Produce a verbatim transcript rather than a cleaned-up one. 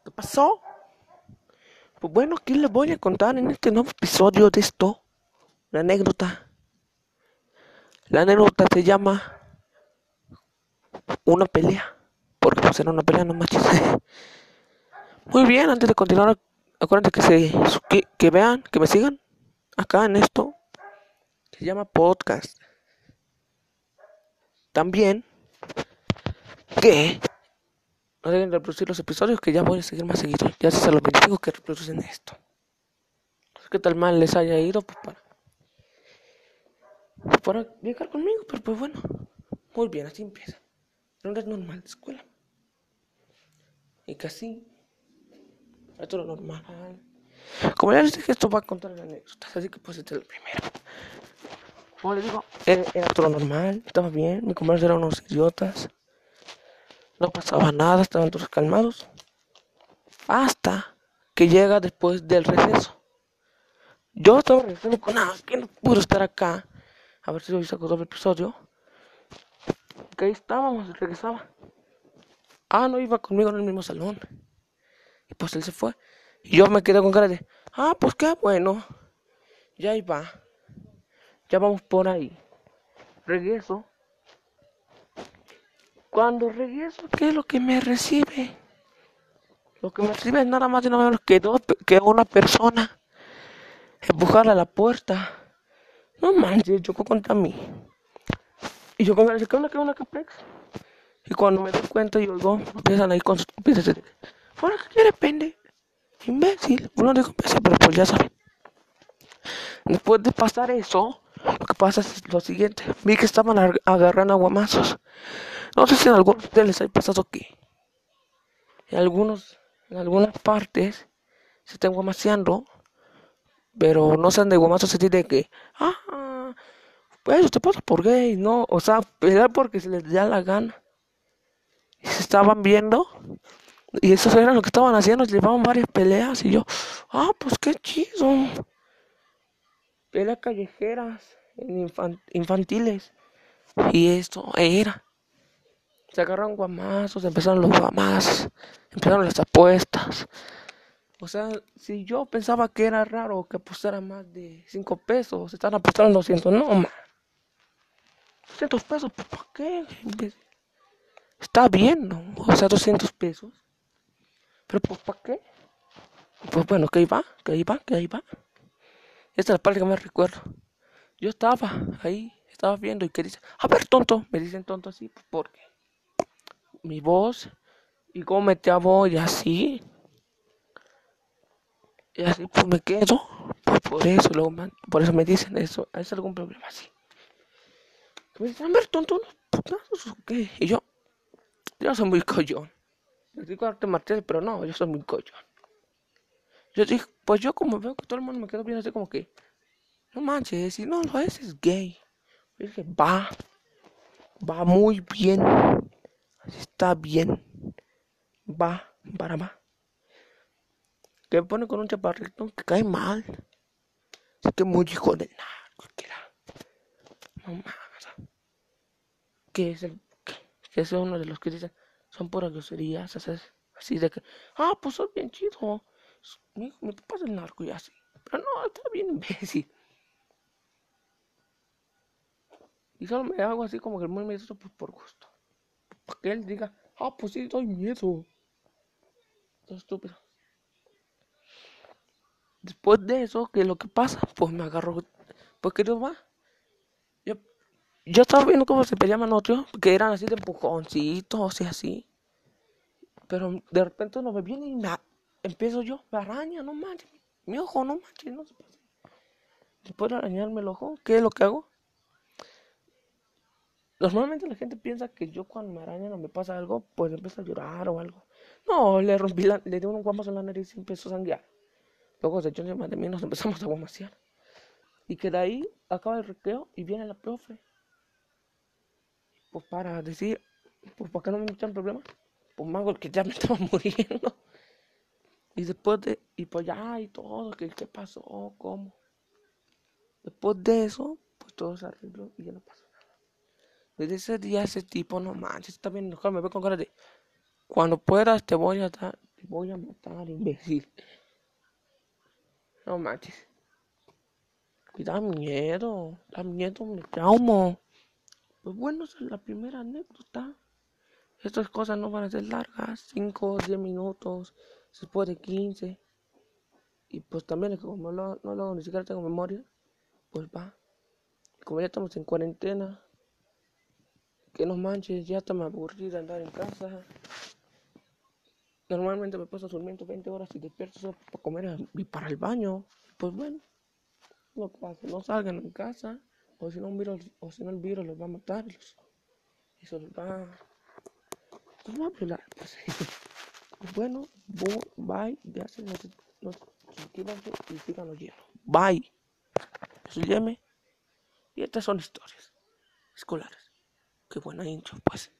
¿Qué pasó? Pues bueno, aquí les voy a contar en este nuevo episodio de esto, la anécdota. La anécdota se llama una pelea. Porque pues era una pelea, no manches. Muy bien, antes de continuar, acuérdense que se que, que vean, que me sigan acá en esto. Se llama podcast. También que no deben reproducir los episodios, que ya voy a seguir más seguido. Ya se los veinticinco que reproducen esto. ¿Qué tal mal les haya ido? Pues para, pues para llegar conmigo, pero pues bueno. Muy bien, así empieza. No es normal de escuela. Y casi, esto es lo normal. Como ya les dije, esto va a contar anécdotas, así que pues este es el primero. Como les digo, era, era todo normal, estaba bien, mis compañeros eran unos idiotas, no pasaba nada, estaban todos calmados. Hasta que llega después del receso. Yo estaba regresando con nada, que no pude estar acá. A ver si hoy saco doble episodio. Que ahí estábamos, regresaba. Ah, no iba conmigo en el mismo salón. Y pues él se fue. Y yo me quedé con cara de, ah, pues qué bueno. Ya ahí va. Ya vamos por ahí. Regreso. Cuando regreso, ¿qué es lo que me recibe? Lo que me recibe es nada más y nada menos que, dos, que una persona. Empujarla a la puerta. No manches, chocó contra mí. Y yo con cara de, ¿qué onda, qué onda, Capex? Y cuando me doy cuenta y oigo, empiezan ahí con sus estupideces de, ¿ahora qué quiere, pende? Imbécil. Uno dijo imbécil, pero pues ya saben. Después de pasar eso, lo que pasa es lo siguiente. Vi que estaban ag- agarrando aguamazos. No sé si en algunos de ustedes les ha pasado que en algunos, en algunas partes se están guamaseando, pero no sean de guamazos así de que, ah, pues eso te pasa por gay, ¿no? O sea, pelear porque se les da la gana. Y se estaban viendo, y eso era lo que estaban haciendo, llevaban varias peleas, y yo, ah, pues qué chido. Peleas callejeras, infan- infantiles. Y esto era. Se agarraron guamazos, empezaron los guamazos, empezaron las apuestas. O sea, si yo pensaba que era raro que apostara más de cinco pesos, se están apostando doscientos, no, man. doscientos pesos, pues, ¿para qué? Está bien, ¿no? O sea, doscientos pesos. Pero, pues, ¿para qué? Pues bueno, que ahí va, que ahí va, que ahí va. Esta es la parte que más recuerdo. Yo estaba ahí, estaba viendo y que dice, a ver, tonto. Me dicen tonto así, pues porque mi voz y cómo me voz y así. Y así pues me quedo. Pues por eso, luego, man, por eso me dicen eso. ¿Es algún problema así? Me dicen, a ver, tonto, ¿unos putazos o qué? Y yo, yo soy muy collón. Les digo arte marcial, pero no, yo soy muy collón. Yo dije, pues yo como veo que todo el mundo me queda viendo así como que, no manches, si no lo es, es gay. Yo dije, va, va muy bien. Así está bien. Va, para va. Que me pone con un chaparrito que cae mal. Así que muy hijo de nada. Que era, no mames. Que es el, que, que es uno de los que dicen, son puras groserías, ¿sabes? Así de que, ah, pues soy bien chido. Mi, mi papá es el narco y así. Pero no, está bien imbécil. Y solo me hago así como que muy miedoso pues, por gusto. Para que él diga, ah, pues sí, doy miedo. Todo estúpido. Después de eso, ¿qué es lo que pasa? Pues me agarro. Pues que Dios va. Yo, yo estaba viendo cómo se peleaban otros, que eran así de empujoncitos y así. Pero de repente no me viene y me, empiezo yo, me araña, no manches. Mi ojo, no manches, no se pasa. Después de arañarme el ojo, ¿qué es lo que hago? Normalmente la gente piensa que yo cuando me arañan o me pasa algo, pues empiezo a llorar o algo. No, le rompí la, le di unos guamos en la nariz y empezó a sangrar. Luego se echó encima de mí y nos empezamos a guamasear. Y que de ahí acaba el recreo y viene la profe. Pues para decir, pues para que no me metan problemas. Pues me hago el que ya me estaba muriendo. Y después de, y pues ya y todo, que qué pasó, cómo. Después de eso, pues todo se arregló y ya no pasó nada. Desde ese día ese tipo, no manches, está bien enojado, me ve con cara de, cuando puedas te voy a dar, voy a matar, imbécil. No manches. Y da miedo, da miedo, me traumo. Pues bueno, esa es la primera anécdota. Estas cosas no van a ser largas, cinco o diez minutos, se puede quince. Y pues también es que como no, no lo ni siquiera tengo memoria, pues va. Como ya estamos en cuarentena, que no manches, ya está me aburrí de andar en casa. Normalmente me paso durmiendo veinte horas y despierto solo para comer y para el baño. Pues bueno, lo que pasa, no salgan en casa, o si no, un virus, o si no el virus los va a matar y, los, y se los va, los va a violar. Pues, pues bueno, bye, ya se nos, nos suscríbanse y sigan oyendo. Bye. Yo soy Yeme y estas son historias escolares. Qué buena intro, pues.